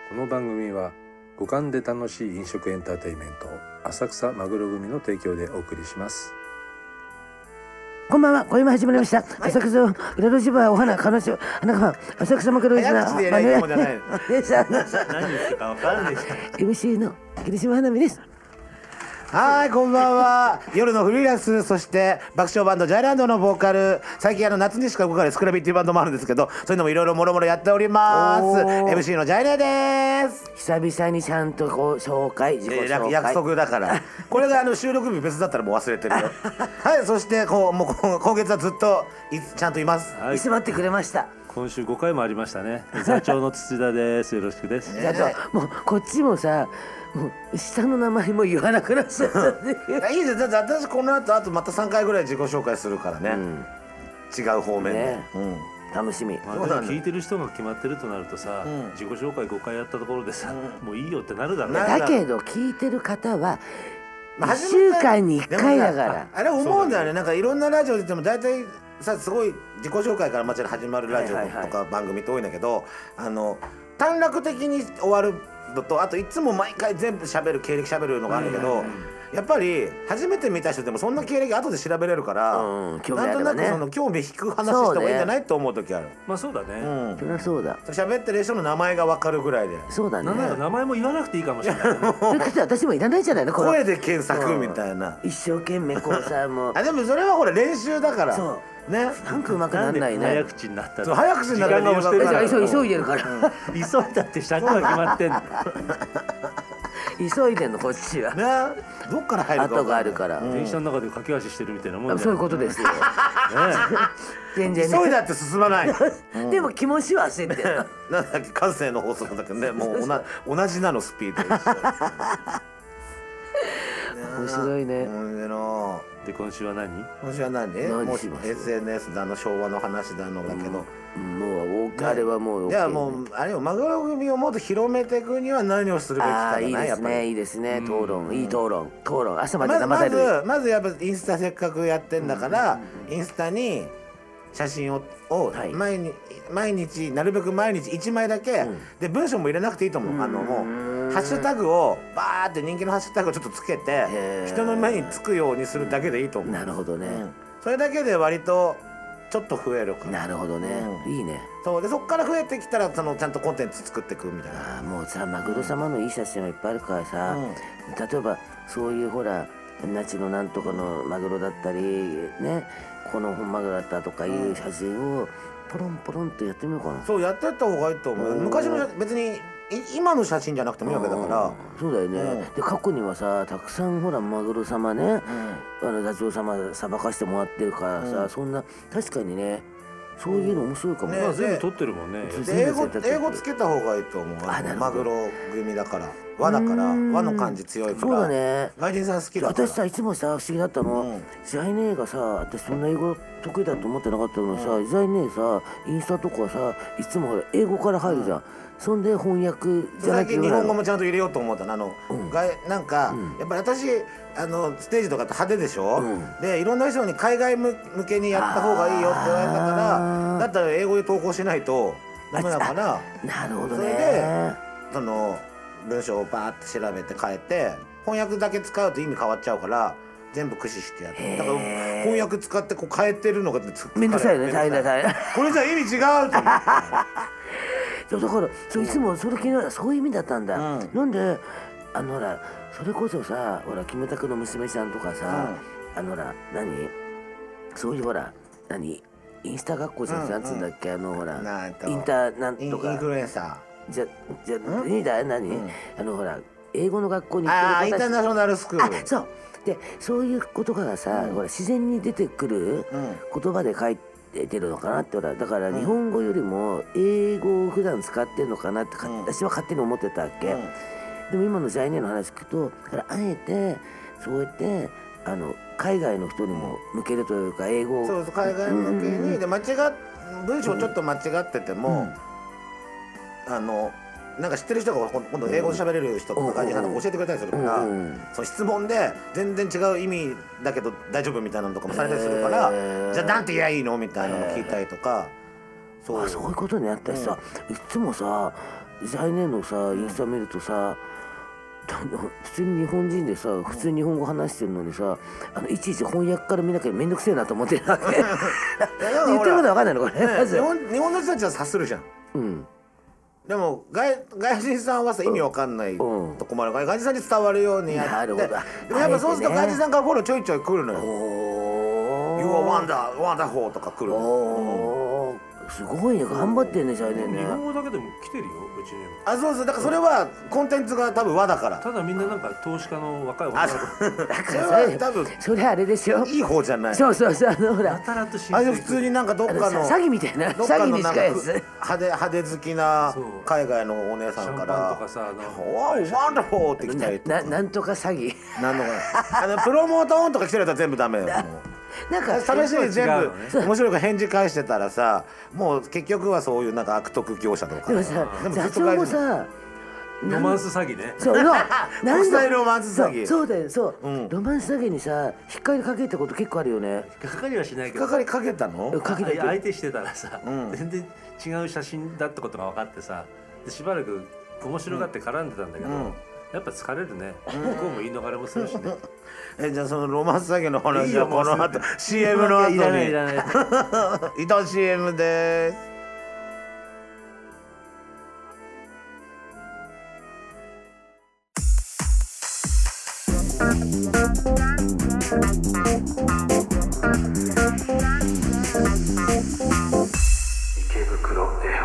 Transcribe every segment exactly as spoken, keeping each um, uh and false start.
この番組は五感で楽しい飲食エンターテインメント浅草マグロ組の提供でお送りします。 こんばんは。今夜も始まりました、はい、浅草裏路地バーお花彼女花川浅草マグロ組の早口でやらないもんじゃない何ですか分かるでしょ。 エムシー の霧島花美です。 はい、こんばんは。夜のフリーランス、そして爆笑バンドジャイランドのボーカル、最近あの夏にしか動かないスクラビっていうバンドもあるんですけど、そういうのもいろいろもろもろやっております。 エムシー のジャイネです。 久々にちゃんとこう紹介自己紹介、 約束だからこれがあの収録日別だったらもう忘れてるよはい、そしてこうもう今月はずっといちゃんといます、 はい、 居座ってくれました。 今週ごかいもありましたね。座長の土田です。よろしくです。 座長、もうこっちもさ、もう下の名前も言わなくなっちゃったっていういいです。だって私この後あとまたさんかいぐらい自己紹介するからね、うん、違う方面で、ね、うん、 楽しみ。 まあ、聞いてる人が決まってるとなるとさ、うん、自己紹介ごかいやったところでさ、うん、もういいよってなるだろうね。 だけど聞いてる方はいっしゅうかんにいっかいだから。 あれ思うんだよね。なんかいろんなラジオ出ても大体さ、すごい自己紹介からまち始まるラジオとか番組って多いんだけど、あの短絡的に終わるのと、あといつも毎回全部喋る経歴喋るのがあるんだけど、やっぱり初めて見た人でもそんな経歴後で調べれるから、うん、興味あればね、なんとなくその興味引く話した方がいいんじゃない、ね、と思う時ある。 まあそうだね、 うん、そりゃそうだ。 喋ってる人の名前が分かるぐらいで。 そうだね。 名前も言わなくていいかもしれない、ね、 それって私もいらないじゃないの。この声で検索みたいな、 一生懸命こうさもうあ、でもそれはほら練習だから。そうね、 なんかうまくなんないね。 早口になったら早口になるから時間が押してるから急いでるから、うん、 急いだって尺が決まってんの急いでんのこっちはね。どっから入るか分かんない。 後があるから、 電車の中で駆け足してるみたいなもんじゃん。 そういうことですよ、ね、全然ね、急いだって進まない、 うん、でも気持ちは焦ってるなんだっけ、感性の法則だけどね、もう同じなの、スピード面白いね。 面白い。 で今週は何？ 今週は何？もう エスエヌエス だの昭和の話だのだけど、 うん、もうあれはもう、 ね、じゃあもうあれよ、マグロ組をもっと広めていくには何をするべきかだね。 いいですね、いいですね。討論、いい討論、討論朝まで騙される。まずまずやっぱインスタせっかくやってんだから、インスタに写真をを毎日、毎日なるべく毎日いちまいだけ、うん、で文章も入れなくていいと思う。うん、あのもうハッシュタグをバーって人気のハッシュタグをちょっとつけて人の目につくようにするだけでいいと思う。 なるほどね、うん、 それだけで割とちょっと増えるから。 なるほどね、うん、いいね。 そうで、そっから増えてきたらそのちゃんとコンテンツ作っていくみたいな。 あ、もうさ、マグロ様のいい写真はいっぱいあるからさ、うん、例えばそういうほら那智のなんとかのマグロだったりね、この本マグロだったとかいう写真をポロンポロンとやってみようかな。 そうやってった方がいいと思う。昔の別に今の写真じゃなくてもいいわけだから。 そうだよね、うん、で過去にはさたくさんほらマグロ様ね、うん、あの座長様さばかしてもらってるからさ、うん、そんな確かにねそういうの面白いかもね。 まあ全部撮ってるもんね。 英語英語つけた方がいいと思う。あのマグロ組だから和だから和の感じ強いから。 そうだね。 外人さん好きだから。 私さいつもさ不思議だったの、うん、ジャイネーがさ、私そんな英語得意だと思ってなかったのにさ、うん、ジャイネーさインスタとかさいつもほら英語から入るじゃん、うん、そんで翻訳じゃなきゃ最近日本語もちゃんと入れようと思ったの。あの、うん、なんか、うん、やっぱり私あのステージとかって派手でしょ、うん、でいろんな人に海外向けにやった方がいいよって言われたから、だったら英語で投稿しないとダメだから。 なるほどね。 それでその文章をバーって調べて変えて、翻訳だけ使うと意味変わっちゃうから全部駆使してやって、だから翻訳使ってこう変えてるのがめんどくさいよね。大変大変。 これじゃ意味違うと思ってそうだからそういつもそれ気になる、そういう意味だったんだ、うん、なんであのほらそれこそさ、ほらキムタクの娘ちゃんとかさ、うん、あのほら何そういうほら何インスタ学校じゃん、なんつうんだっけ、あのほらインターなんとかインフルエンサーじゃじゃ何だ何、うん、あのほら英語の学校に行ってる子たち、あインターナショナルスクール、 あそうでそういうことがさ、うん、ほら自然に出てくる言葉で書いて出るのかなって、ほらだから日本語よりも英語を普段使ってるのかなって、うん、私は勝手に思ってたわけ、うん、でも今のジャイネの話聞くと、だからあえてそうやってあの海外の人にも向けるというか、英語をそうそう海外向けに、うん、で間違っ文章ちょっと間違ってても、うん、あのなんか知ってる人が今度英語で喋れる人とか外人さんとか教えてくれたりするから、うん、その質問で全然違う意味だけど大丈夫みたいなのとかもされたりするから、じゃあなんて言えばいいのみたいなのを聞いたりとか、 そうあそういうことになったりさ、うん、いつもさ来年のさインスタ見るとさ、普通に日本人でさ普通に日本語話してるのにさ、あのいちいち翻訳から見なきゃめんどくせえなと思ってるわけ言ってること分かんないのこれ、 ね、 まず日本日本の人たちは察するじゃん。 うんでも 外, 外人さんはさ意味わかんないとこもあるから、外人さんに伝わるようにやって、 なるほど。 でもやっぱそうすると外人さんからフォローちょいちょい来るのよ。 おー You are wonder, wonderful とか来るの。 おーすごいね、頑張ってんね、じゃあね。 日本語だけでも来てるよ、うちにも。 あ、そうそう、だからそれはコンテンツが多分和だから。 ただみんななんか投資家の若い女の子だかそれらそれは多分それあれでしょ。 いい方じゃない。 そうそうそう、あのほらやたらと親あれ戚普通になんかどっあのかのさ詐欺みたいな、 どっか詐欺にのなんか近いやつ。 派手派手好きなそう海外のお姉さシャンパンんからとかさ、あの 「わおワンダフォー」って来たりとかなななんとか詐欺。 なんのかなあのプロモートオンとか来てるやつは全部ダメよ。もうなんか試しに全違うのね部面白いから返事返してたらさ、もう結局はそういうなんか悪徳業者とかでもさでもずっ社長もと返してさ、 ロマンス詐欺ね。 そうの国際ロマンス詐欺そうそうだよ、そう、 うんロマンス詐欺にさ引っかかりかけたこと結構あるよね。 引っかかりはしないけど引っかかりかけたの？ かけたあいや相手してたらさ、 うん全然違う写真だってことが分かってさ、でしばらく面白がって絡んでたんだけど、 うんやっぱ疲れるね。向こうも言い逃れもするしね。 え、じゃあそのロマンス詐欺のいい話よはこのもう後 シーエム の後いらないいにらない。 伊藤 シーエム です。 池袋エアウェイエアウェイ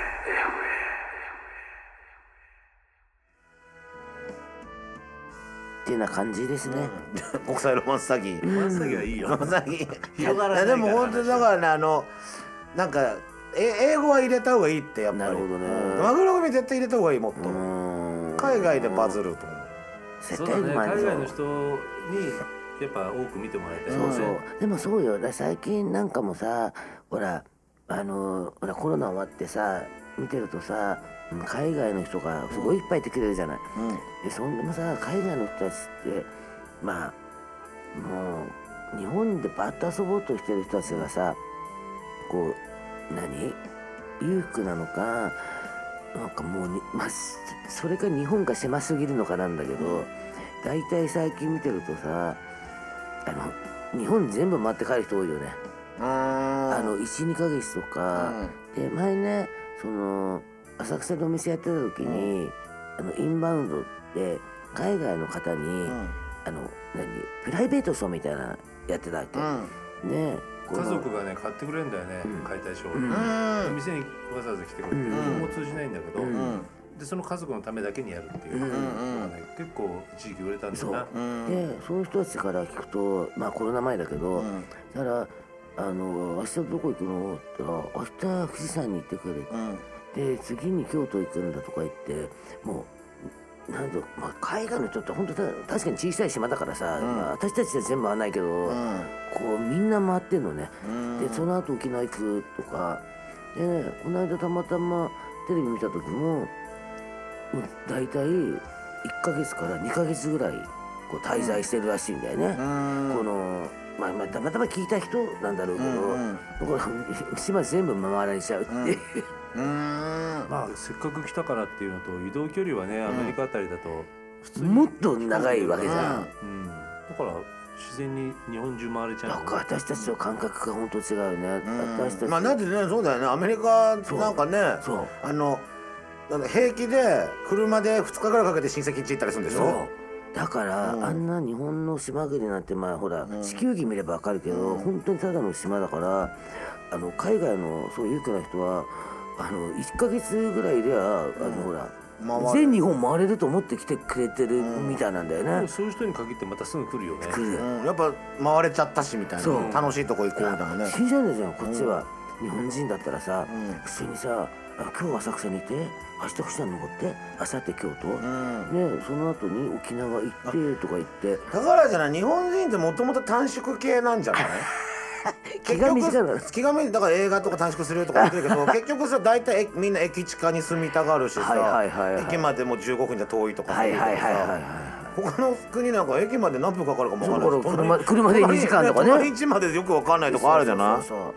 っていうような感じですね。 国際ロマンス詐欺。 ロマンス詐欺はいいよ。 ロマンス詐欺。 広がらないからでも本当にだからね、あのなんかえ英語は入れた方がいいってやっぱり。 なるほどねマグロ組絶対入れた方がいいもっと。 うーん海外でバズると思う。 絶そうだね。 対うまい海外の人にやっぱ多く見てもらいたいよね。 そうそうでもそうよ、だから最近なんかもさほらあのほらコロナ終わってさ見てるとさ海外の人がすごいいっぱいいてくれるじゃない、でそんでもさ海外の人たちってまあもう日本でバッと遊ぼうとしてる人たちがさこう何裕福なのかなんかもうに、まあ、それか日本が狭すぎるのかなんだけど、大体最近見てるとさあの日本全部回って帰る人多いよね。あのいち、にかげつとか、で前ねその浅草でお店やってた時に、あのインバウンドで海外の方に、あの何プライベートショーみたいなのやってたわけ、ね家族がね買ってくれるんだよね、解体ショー、で店にわざわざ来てくれて、日本語通じないんだけど、でその家族のためだけにやるっていうのがね、結構一時期売れたんだよな。 でそういう人たちから聞くとまあコロナ前だけど、だからあの明日どこ行くのって言ったら明日富士山に行ってくれ、で次に京都行くんだとか言ってもうなんだ、まあ、海外の人って本当だ確かに小さい島だからさ、まあ、私たちは全部回らないけど、こうみんな回ってんのね、でその後沖縄行くとかで、ね、この間たまたまテレビ見た時ももう大体いっかげつからにかげつぐらいこう滞在してるらしいんだよね、このまあ、まあたまたま聞いた人なんだろうけど、だから島全部回られちゃうっていう、 まあせっかく来たからっていうのと移動距離はねアメリカあたりだと普通にもっと長いわけじゃん、 うん、だから自然に日本中回れちゃう、 なんか私たちの感覚が本当違うよね、私たちまあだってねそうだよね、アメリカなんかねそうあの平気で車でふつかぐらいかけて親戚ん家行ったりするんでしょ。 だから、うん、あんな日本の島国なんてまあほら、うん、地球儀見ればわかるけど、うん、本当にただの島だからあの海外のそういう裕福な人はあのいっかげつぐらいでは、うん、あのほら全日本回れると思って来てくれてるみたいなんだよね、 うん、そういう人に限ってまたすぐ来るよね。 来る、 うん、やっぱ回れちゃったしみたいな、楽しいとこ行こうみたいなね。 信じられないじゃんこっちは、日本人だったらさ、普通にさ今日浅草にいて明日富士山登って明後日京都、ね、その後に沖縄行ってとか言ってだからじゃない、日本人ってもともと短縮系なんじゃない気が短いの気が短いだから映画とか短縮するとか言ってるけど結局さ大体みんな駅近に住みたがるしさ、駅までもじゅうごふんじゃ遠いとかそういうとかさ、他の国なんか駅まで何分かかるかも分からない、 車, 車でにじかんとかね、 隣町までよく分かんないとかあるじゃない。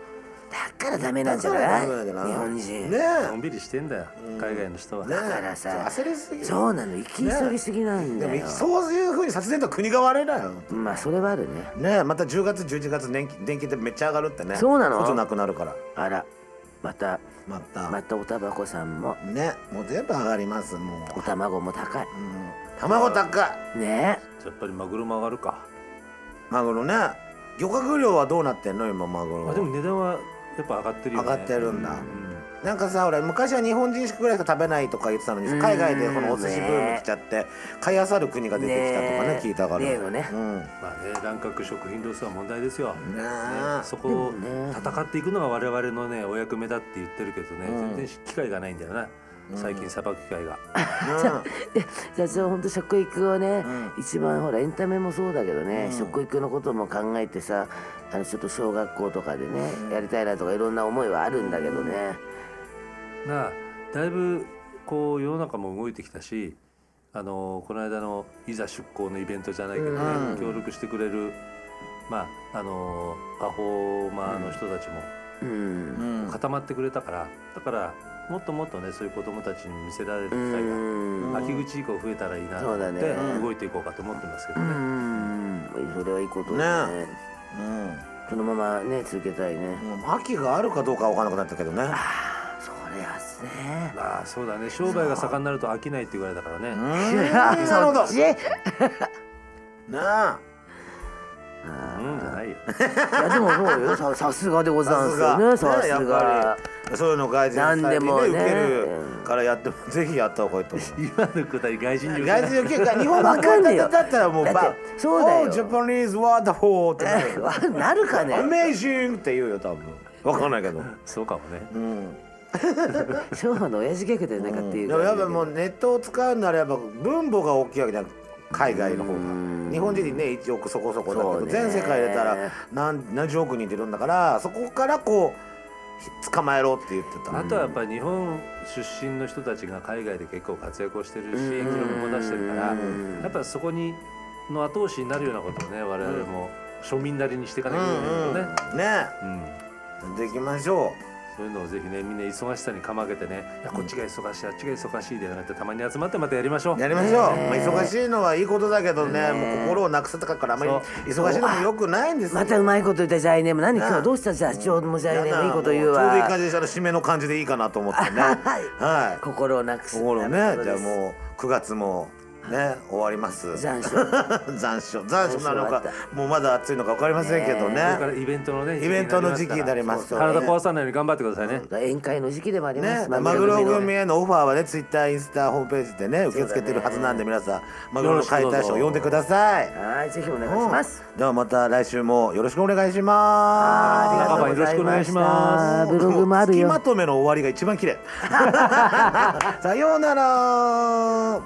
だからダメなんじゃない？ だからダメなんだな日本人ねのんびりしてんだよ、海外の人は。 ねだからさそう焦りすぎそうなの行き急ぎすぎなんでだよ、 もそういうふうにさせてんと国が悪いだよまあそれはあるね。 ねまたじゅうがつじゅういちがつ電気電気ってめっちゃ上がるってね。 そうなのことなくなるからあらまたまたまたおタバコさんもねもう全部上がりますもうお卵も高いうん卵高いねやっぱりマグロも上がるか。 マグロね漁獲量はどうなってんの今マグロは。 あでも値段はやっぱ上がってるよね。 上がってるんだ、 うんなんかさ俺昔は日本人しかぐらいしか食べないとか言ってたのにうん海外でこのお寿司ブーム来ちゃって買いあさる国が出てきたとかねね聞いたから例のねうんねまあね、乱獲食品ロスは問題ですよ。ねえそこをでもね戦っていくのが我々のねお役目だって言ってるけどね、 うん全然機会がないんだよな、最近さばく機会が。 社長本当食育をね、 うん一番ほらエンタメもそうだけどね、 うん食育のことも考えてさあのちょっと小学校とかでね、やりたいなとかいろんな思いはあるんだけどね、 なあだいぶこう世の中も動いてきたし、あのこの間のいざ出航のイベントじゃないけどね、 うん協力してくれるまああのパフォーマーの人たちもうんうん固まってくれたから、だからもっともっとねそういう子どもたちに見せられる機う会がん秋口以降増えたらいいなと思ってそうだね動いていこうかと思ってますけどうね。 んそれはいいことだねねうんそのままね続けたいね、 もう秋があるかどうかは分からなくなったけどねああそれはっすねまあそうだね、商売が盛んになると飽きないって言われたからね。 うんなるほどそっちなあうんじゃないよ。 いやでもそうよささすがでござんすよねさすやっがぱりそういうの外人なんでもね受けるからやってもぜひやった方がいいと思う今のくだり外人に受け外ない人受けるから日本語わかんねえよだったらもうばだってそうだよ Oh, Japanese wonderful ってなるわなるかね Amazing って言うよ多分わかんないけどそうかもね。 うん昭和の親父ギャグでなんかっていうでもやっぱもうネットを使うならやっぱ分母が大きいわけじゃん海外の方がうん日本人にねいちおくそこそこだけどそうね全世界入れたら何何十億人いるんだからそこからこう捕まえろって言ってたあとはやっぱり日本出身の人たちが海外で結構活躍をしてるし記録も出してるから、 うんやっぱそこにの後押しになるようなことをね我々も庶民なりにしていかなきゃいけないけどね、 うんねうんできましょそういうのをぜひねみんな忙しさにかまけてね、いやこっちが忙しいあっちが忙しいでなくてたまに集まってまたやりましょう。 うやりましょう、 ねまあ、忙しいのはいいことだけどねもう心をなくせたからあんまり忙しいのもよくないんですよまたうまいこと言ったじゃあいねも何なあ今日どうしたじゃあちょうどもじゃあいねもいいこと言うちょうどいいわ感じでしたら締めの感じでいいかなと思ってねはい心をなくす心ねじゃあうもうくがつもね終わります残暑残暑残暑なのか残暑もうまだ暑いのか分かりませんけどこれからねイベントのねイベントの時期になりますから体壊さないように頑張ってくださいね。 宴会の時期でもありますね、マグロ組の組へのオファーはね、ツイッター、インスタ、ホームページでね、受け付けてるはずなんで、皆さん、マグロの解体ショー呼んでください。 はいぜひお願いしますではまた来週もよろしくお願いします。 ありがとうございましたよろしくお願いしますブログもあるよ月まとめの終わりが一番綺麗。さようなら。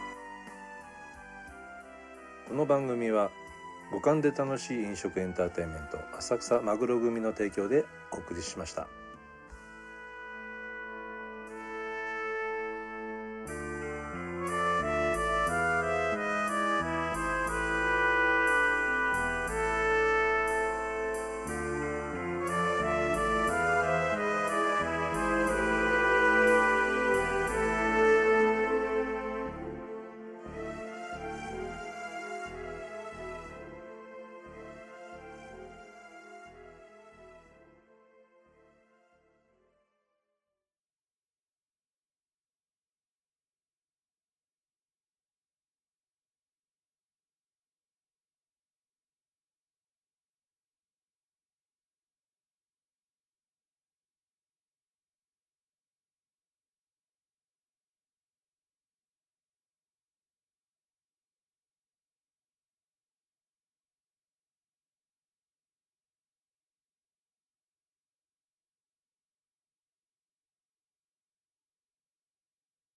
この番組は五感で楽しい飲食エンターテインメント浅草マグロ組の提供でお送りしました。